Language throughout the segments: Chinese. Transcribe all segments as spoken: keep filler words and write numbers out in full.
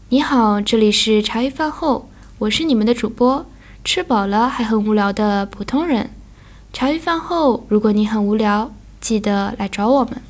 你好，这里是茶余饭后，我是你们的主播，吃饱了还很无聊的普通人。茶余饭后，如果你很无聊，记得来找我们。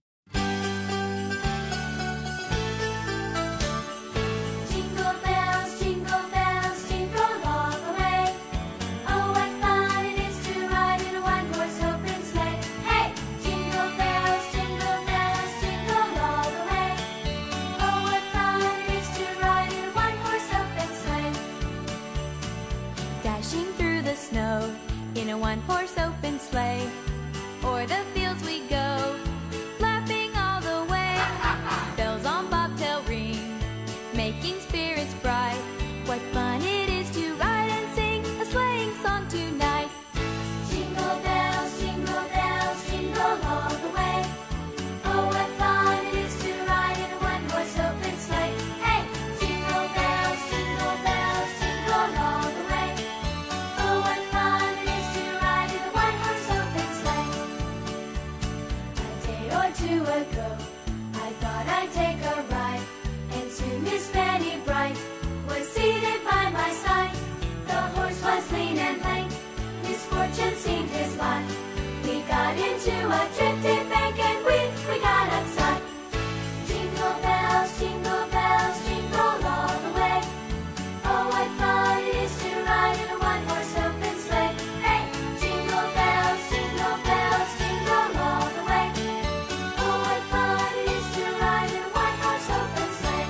Dashing through the snow in a one-horse open sleigh, o'er the fields we go, laughing all the way. Bells on bobtail ring, making spirits bright. What fun it is to ride and sing a sleighing song tonight. Jingle bells, jingle bells, jingle all the way. Oh, what fun it is to ride in a one-horse open sleigh. Hey, jingle bells, jingle bells, jingle all the way. Oh, what fun it is to ride in a one-horse open sleigh. A day or two ago, I thought I'd take a ride, and soon Miss Fanny Bright was seated by my side. The horse was lean and lank, misfortune seemed his lot. We got into a drifted bank and we, we got upside. Jingle bells, jingle bells, jingle all the way. Oh, what fun it is to ride in a one-horse open sleigh. Hey, jingle bells, jingle bells, jingle all the way. Oh, what fun it is to ride in a one-horse open sleigh.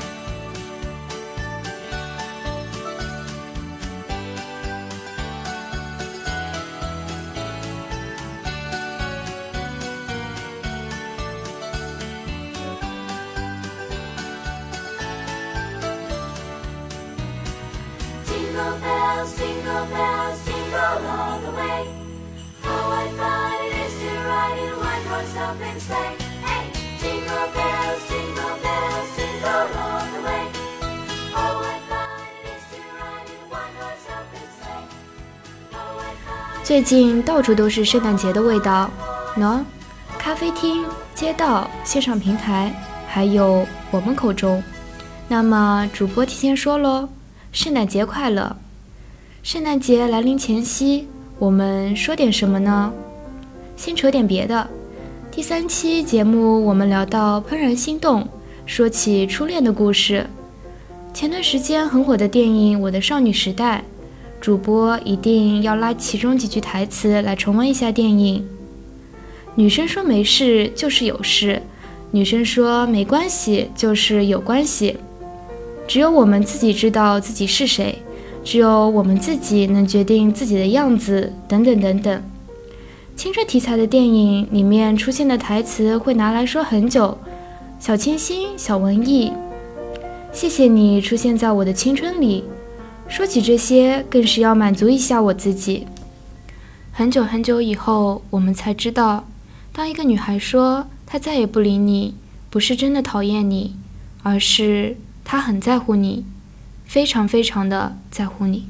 Jingle bells, jingle bells, jingle all the way. Oh, what fun it is to ride in a one-horse open sleigh. Hey, jingle bells, jingle bells, jingle all the way. Oh, what fun it is to ride in a one-horse open sleigh. Oh, what fun. 最近到处都是圣诞节的味道，喏，咖啡厅、街道、线上平台，还有我们口中。那么主播提前说咯，圣诞节快乐！圣诞节来临前夕，我们说点什么呢？先扯点别的。第三期节目我们聊到怦然心动，说起初恋的故事。前段时间很火的电影《我的少女时代》，主播一定要拉其中几句台词来重温一下电影。女生说没事就是有事，女生说没关系就是有关系。只有我们自己知道自己是谁，只有我们自己能决定自己的样子，等等等等。青春题材的电影里面出现的台词会拿来说很久，小清新，小文艺。谢谢你出现在我的青春里。说起这些，更是要满足一下我自己。很久很久以后，我们才知道，当一个女孩说她再也不理你，不是真的讨厌你，而是她很在乎你，非常非常的在乎你。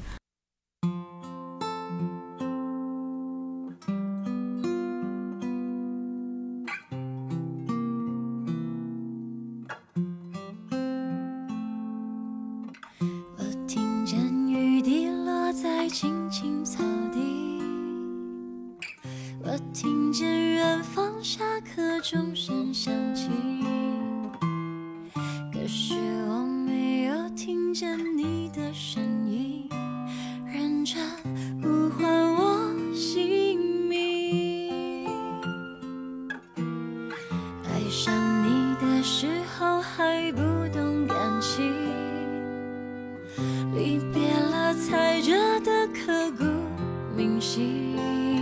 我听见雨滴落在青青草地，我听见远方下课钟声响起，可是我没有听见你的声音，认真呼唤我姓名。爱上你的时候还不懂感情，离别了才觉得刻骨铭心。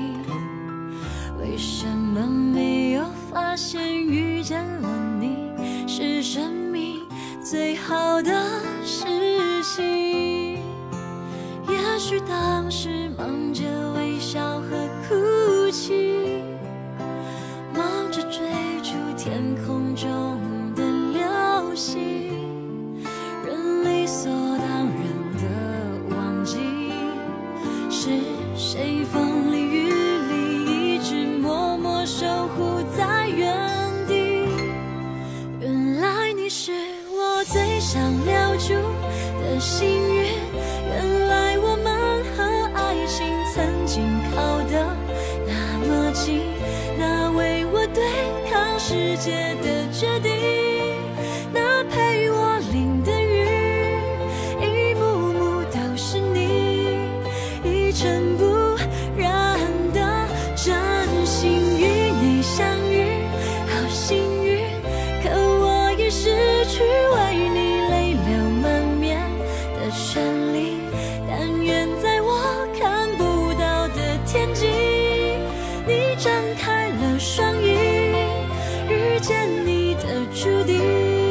为什么没有发现遇见了你是生命最好的事情？也许当时忙着微笑和哭泣，忙着追逐天空中的流星，人理所当然的忘记是谁风里雨里一直默默守护在原地。原来你是我最最想留住的幸运，原来我们和爱情曾经靠得那么近，那为我对抗世界的决定，那陪我淋的雨，一幕幕都是你，一尘不染的真心与你相遇，好幸运，可我已失去为你泪流满面的权利，但愿在我看不到的天际，你张开了双翼，遇见你的注定，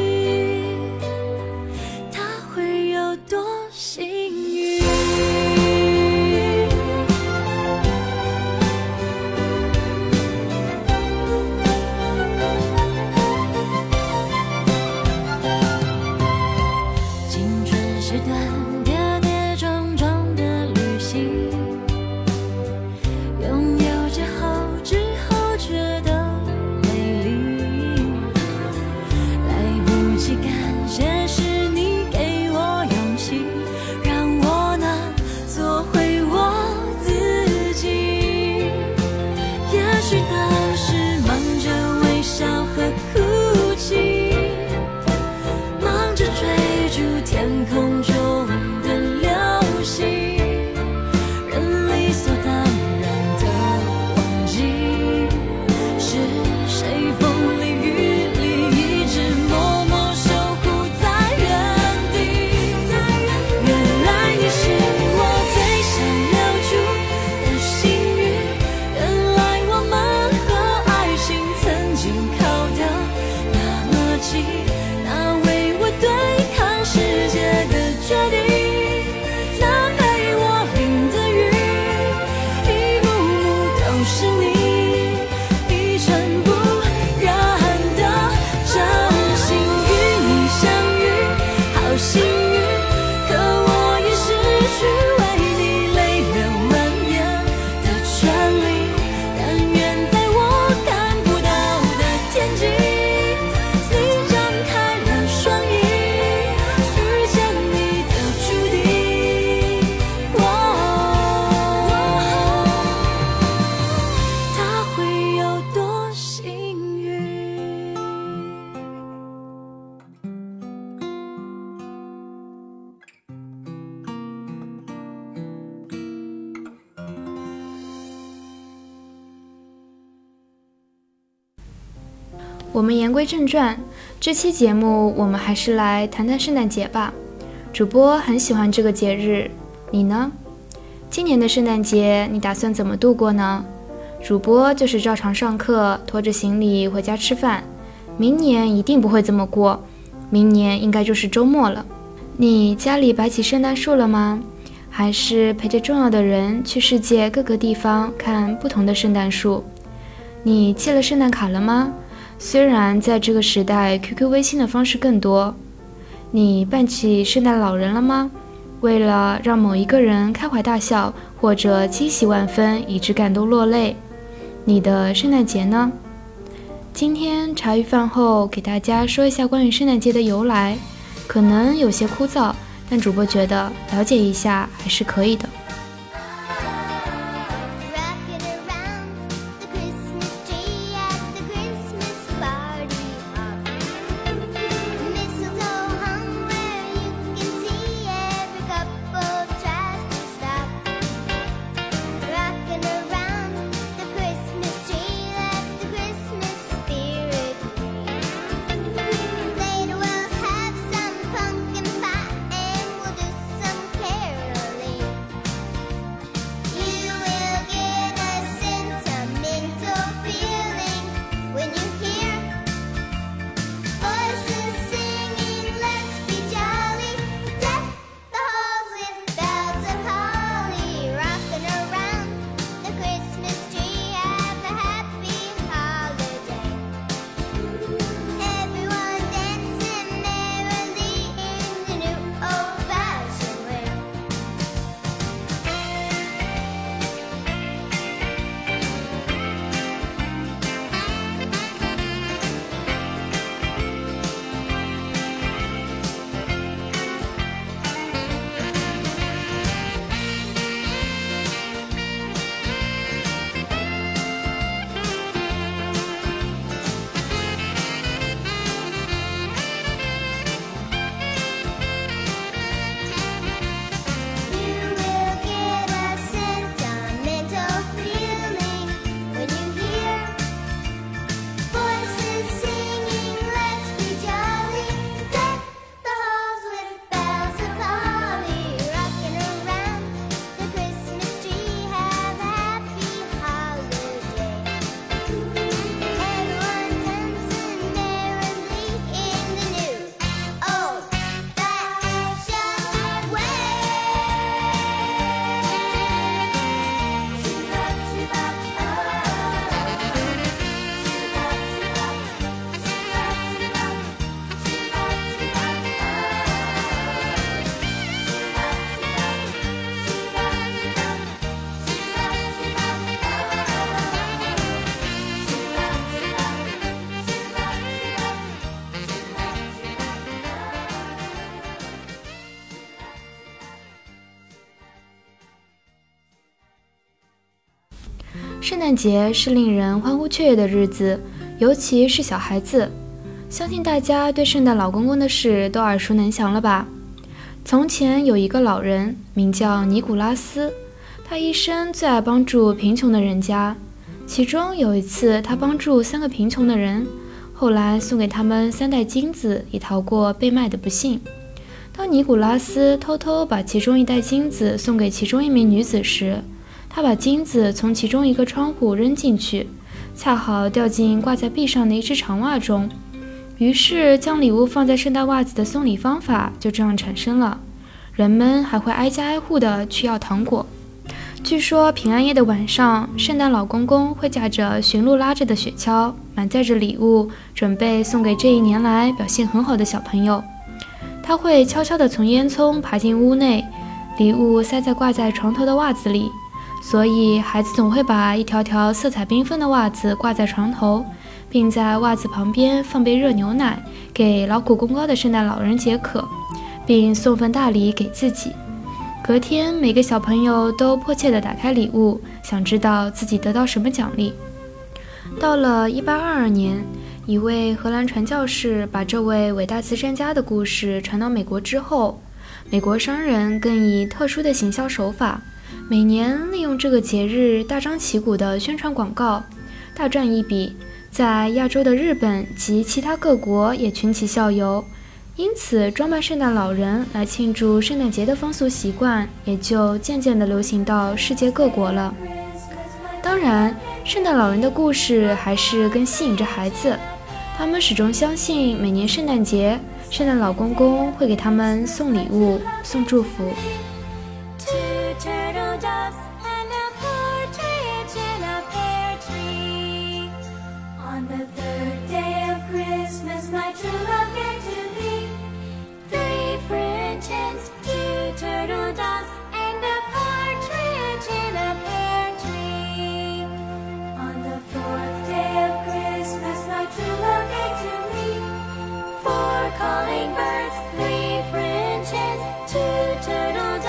他会有多幸运。青春是段跌跌撞撞的旅行，拥有之后之后觉得美丽，来不及感谢是你给我勇气，让我能做回我自己，也许当时忙着微笑和哭泣，忙着追逐天空中的流星，人理所当然的忘记，是谁风里雨里一直默默守护在原地。原来你是我最想留住的幸运，原来我们和爱情曾经靠得那么近，那为我对抗世界的决定，那陪我淋的雨，一幕幕都是你，一尘不染的真心与你相遇，好幸运，可我已失去为你泪流满面的权利，但愿在我看不到的天际，你张开了双翼，遇见你的注定，他会有多幸运。 我们言归正传，这期节目我们还是来谈谈圣诞节吧。主播很喜欢这个节日，你呢？今年的圣诞节你打算怎么度过呢？主播就是照常上课，拖着行李回家吃饭。明年一定不会这么过，明年应该就是周末了。你家里摆起圣诞树了吗？还是陪着重要的人去世界各个地方看不同的圣诞树？你寄了圣诞卡了吗？虽然在这个时代 Q Q 微信的方式更多。你扮起圣诞老人了吗？为了让某一个人开怀大笑，或者惊喜万分以致感动落泪。你的圣诞节呢？今天茶余饭后给大家说一下关于圣诞节的由来，可能有些枯燥，但主播觉得了解一下还是可以的。 圣诞节是令人欢呼雀跃的日子，尤其是小孩子。相信大家对圣诞老公公的事都耳熟能详了吧？从前有一个老人，名叫尼古拉斯，他一生最爱帮助贫穷的人家。其中有一次，他帮助三个贫穷的人，后来送给他们三袋金子，以逃过被卖的不幸。当尼古拉斯偷偷把其中一袋金子送给其中一名女子时，他把金子从其中一个窗户扔进去，恰好掉进挂在壁上的一只长袜中。于是将礼物放在圣诞袜子的送礼方法就这样产生了。人们还会挨家挨户地去要糖果。据说平安夜的晚上，圣诞老公公会驾着驯鹿拉着的雪橇，满载着礼物，准备送给这一年来表现很好的小朋友。他会悄悄地从烟囱爬进屋内，礼物塞在挂在床头的袜子里，所以孩子总会把一条条色彩缤纷的袜子挂在床头，并在袜子旁边放杯热牛奶，给劳苦功高的圣诞老人解渴，并送份大礼给自己。隔天，每个小朋友都迫切地打开礼物，想知道自己得到什么奖励。到了一八二二年，一位荷兰传教士把这位伟大慈善家的故事传到美国之后，美国商人更以特殊的行销手法，每年利用这个节日大张旗鼓的宣传广告，大赚一笔。在亚洲的日本及其他各国也群起效尤。因此，装扮圣诞老人来庆祝圣诞节的风俗习惯也就渐渐地流行到世界各国了。当然，圣诞老人的故事还是更吸引着孩子，他们始终相信每年圣诞节，圣诞老公公会给他们送礼物、送祝福。 Calling birds, three French hens, two turtle doves.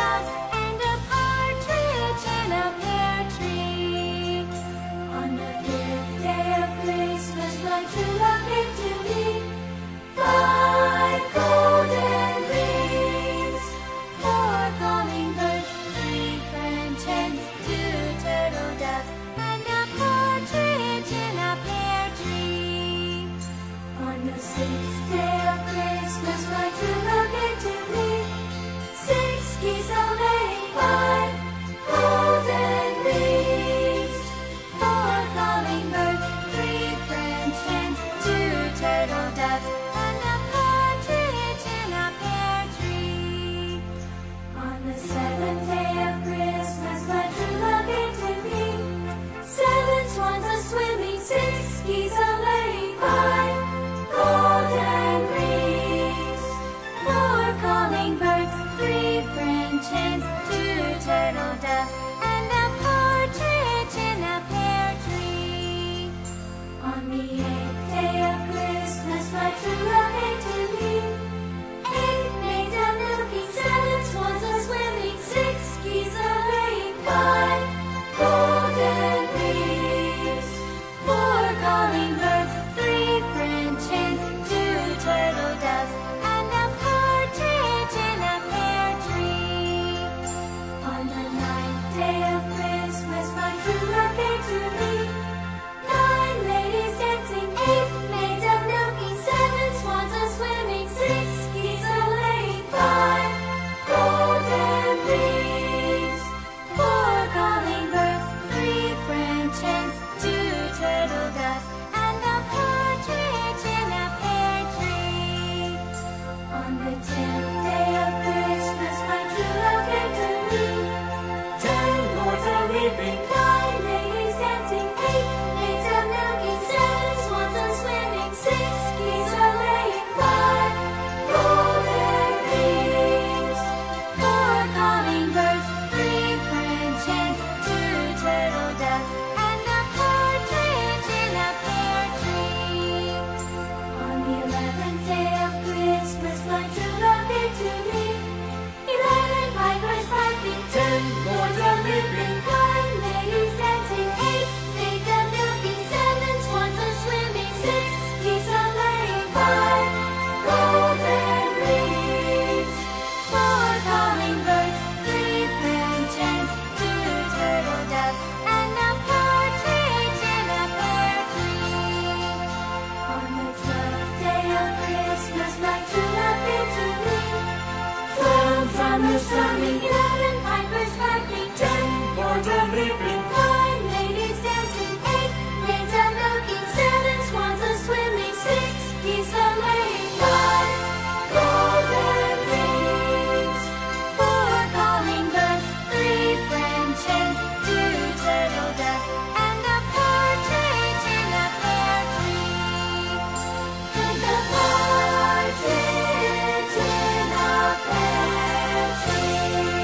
drummers strumming, eleven pipers piping, ten boardroom leaping, nine ladies dancing, eight maids a milking, seven swans a swimming, six geese a laying, five golden rings, four calling birds, three French hens, two turtle doves, and a partridge in a pear tree. And a partridge in a pear tree.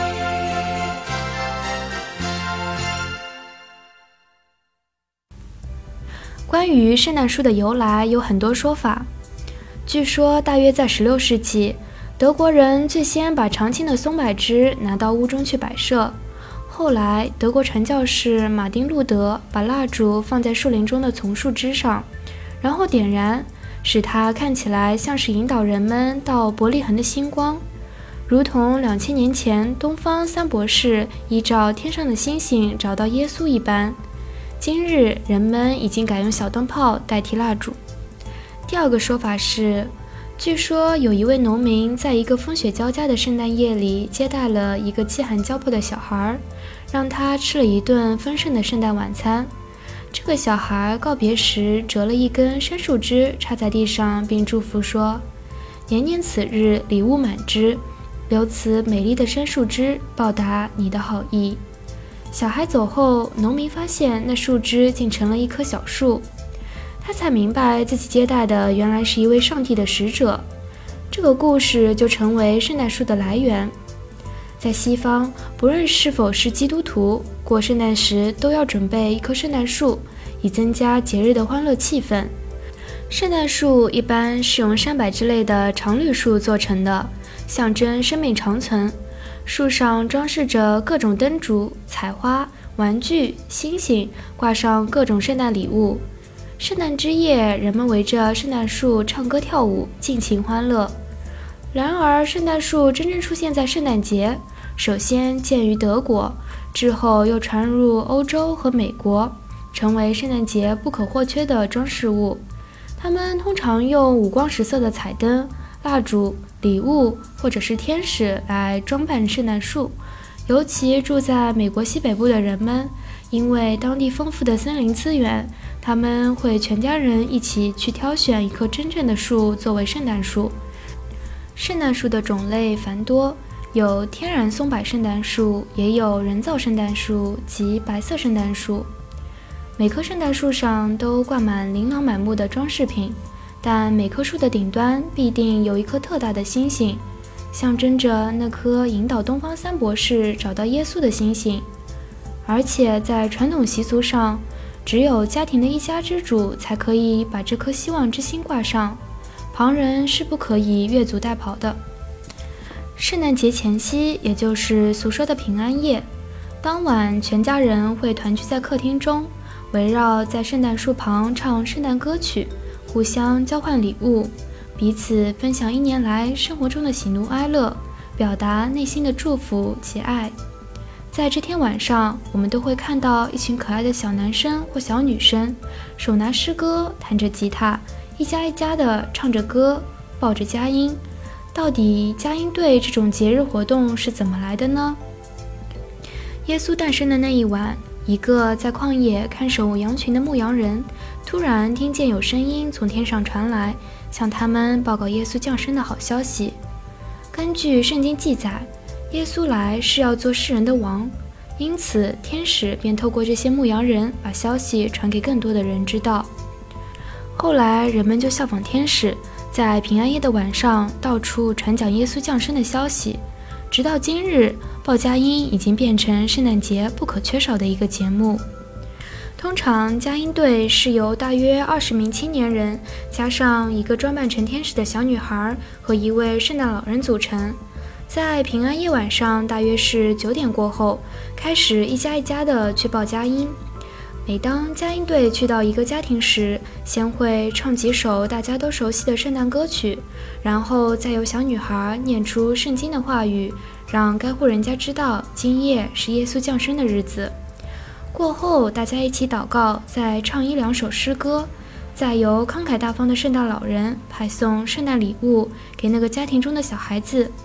关于圣诞树的由来有很多说法。据说大约在十六世纪，德国人最先把常青的松柏枝拿到屋中去摆设，后来德国传教士马丁·路德把蜡烛放在树林中的丛树枝上，然后点燃，使它看起来像是引导人们到伯利恒的星光，如同两千年前东方三博士依照天上的星星找到耶稣一般。今日人们已经改用小灯泡代替蜡烛。第二个说法是，据说有一位农民在一个风雪交加的圣诞夜里接待了一个饥寒交迫的小孩，让他吃了一顿丰盛的圣诞晚餐。这个小孩告别时折了一根生树枝插在地上，并祝福说：年年此日礼物满枝，留此美丽的生树枝报答你的好意。小孩走后，农民发现那树枝竟成了一棵小树，他才明白自己接待的原来是一位上帝的使者。这个故事就成为圣诞树的来源。在西方，不论是否是基督徒，过圣诞时都要准备一棵圣诞树，以增加节日的欢乐气氛。圣诞树一般是用山柏之类的常绿树做成的，象征生命长存。树上装饰着各种灯烛、彩花、玩具、星星，挂上各种圣诞礼物。圣诞之夜，人们围着圣诞树唱歌跳舞，尽情欢乐。然而，圣诞树真正出现在圣诞节，首先见于德国，之后又传入欧洲和美国，成为圣诞节不可或缺的装饰物。它们通常用五光十色的彩灯、蜡烛、礼物或者是天使来装扮圣诞树。尤其住在美国西北部的人们，因为当地丰富的森林资源，他们会全家人一起去挑选一棵真正的树作为圣诞树。圣诞树的种类繁多，有天然松柏圣诞树，也有人造圣诞树及白色圣诞树。每棵圣诞树上都挂满琳琅满目的装饰品，但每棵树的顶端必定有一颗特大的星星，象征着那颗引导东方三博士找到耶稣的星星。而且在传统习俗上，只有家庭的一家之主才可以把这颗希望之星挂上，旁人是不可以越俎代庖的。圣诞节前夕，也就是俗说的平安夜，当晚全家人会团聚在客厅中，围绕在圣诞树旁唱圣诞歌曲，互相交换礼物，彼此分享一年来生活中的喜怒哀乐，表达内心的祝福及爱。在这天晚上，我们都会看到一群可爱的小男生或小女生，手拿诗歌，弹着吉他，一家一家的唱着歌，抱着佳音。到底佳音队这种节日活动是怎么来的呢？耶稣诞生的那一晚，一个在旷野看守羊群的牧羊人突然听见有声音从天上传来，向他们报告耶稣降生的好消息。根据圣经记载，耶稣来是要做世人的王，因此天使便透过这些牧羊人把消息传给更多的人知道。后来人们就效仿天使，在平安夜的晚上到处传讲耶稣降生的消息，直到今日，报佳音已经变成圣诞节不可缺少的一个节目。通常佳音队是由大约二十名青年人加上一个装扮成天使的小女孩和一位圣诞老人组成，在平安夜晚上大约是九点过后，开始一家一家的去报佳音。每当佳音队去到一个家庭时，先会唱几首大家都熟悉的圣诞歌曲，然后再由小女孩念出圣经的话语，让该户人家知道今夜是耶稣降生的日子。过后大家一起祷告，再唱一两首诗歌，再由慷慨大方的圣诞老人派送圣诞礼物给那个家庭中的小孩子。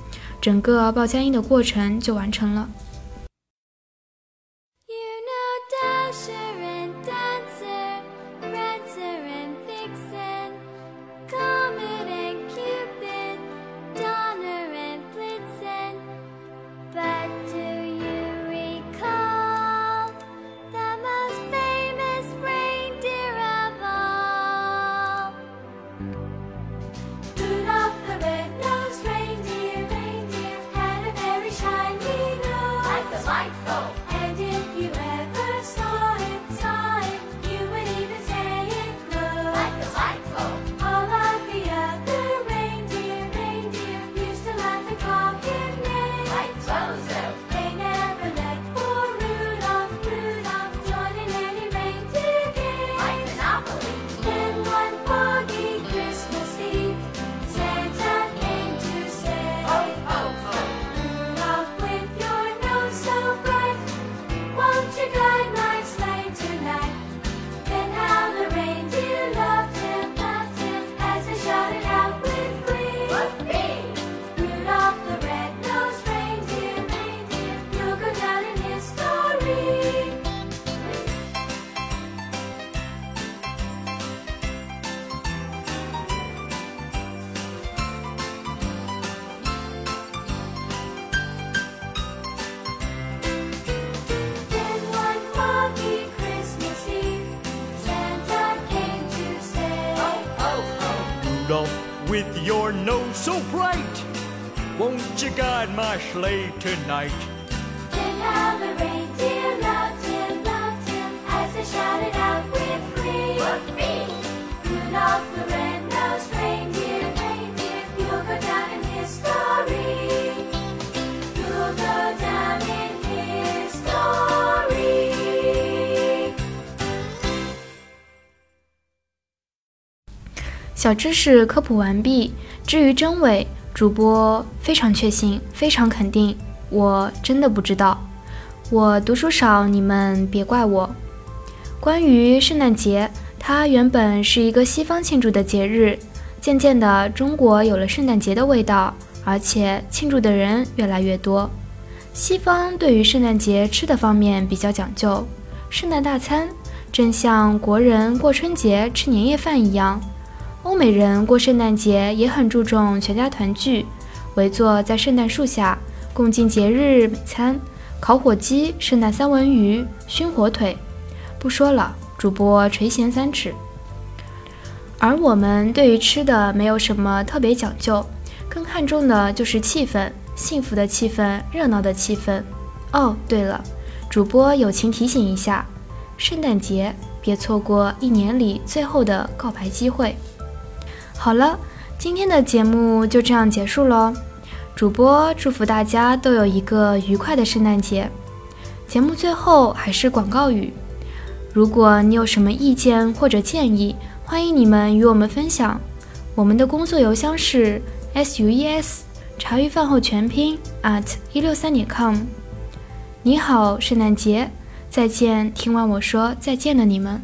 整个报佳音的过程就完成了。 With your nose so bright, won't you guide my sleigh tonight? Then how the reindeer loved him, loved him, as they shouted out with glee. Rudolph the red-nosed reindeer, reindeer, you'll go down in history. You'll go down in history. 小知识科普完毕。至于真伪，主播非常确信，非常肯定，我真的不知道。我读书少，你们别怪我。关于圣诞节，它原本是一个西方庆祝的节日，渐渐的，中国有了圣诞节的味道，而且庆祝的人越来越多。西方对于圣诞节吃的方面比较讲究，圣诞大餐正像国人过春节吃年夜饭一样。欧美人过圣诞节也很注重全家团聚，围坐在圣诞树下，共进节日美餐，烤火鸡、圣诞三文鱼、熏火腿。不说了，主播垂涎三尺。而我们对于吃的没有什么特别讲究，更看重的就是气氛，幸福的气氛，热闹的气氛。哦，对了，主播友情提醒一下，圣诞节别错过一年里最后的告白机会。好了，今天的节目就这样结束咯。主播祝福大家都有一个愉快的圣诞节。节目最后还是广告语，如果你有什么意见或者建议，欢迎你们与我们分享。我们的工作邮箱是 sus 茶余饭后全拼 at 一六三点 com。 你好，圣诞节，再见，听完我说再见的你们。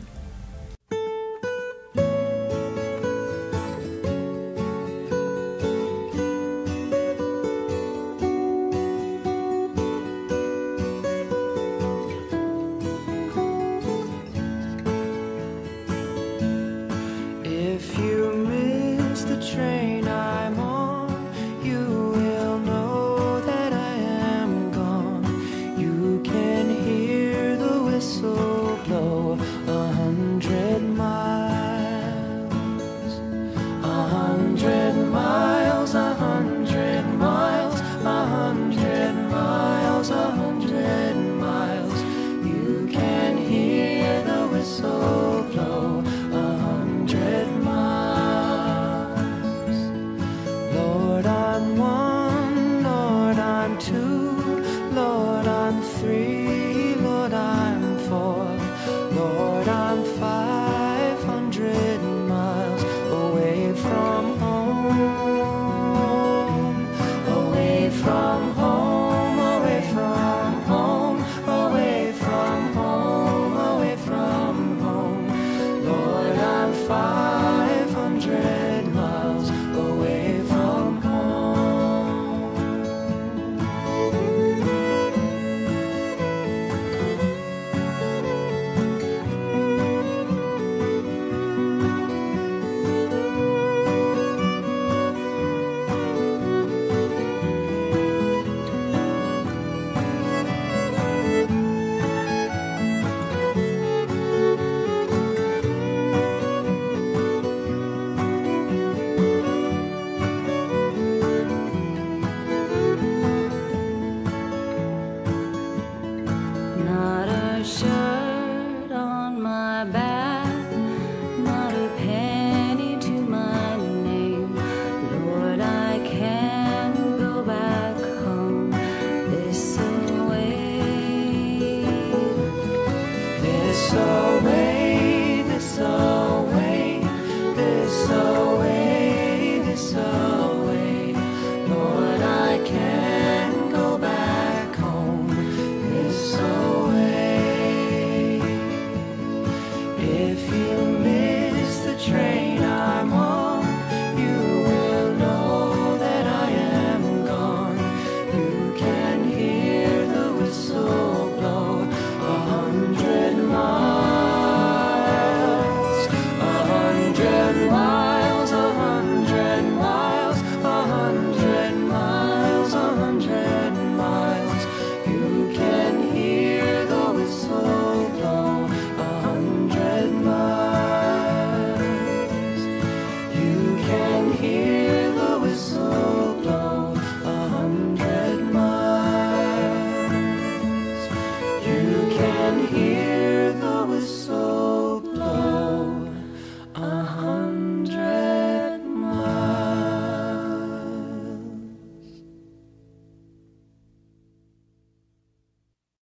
From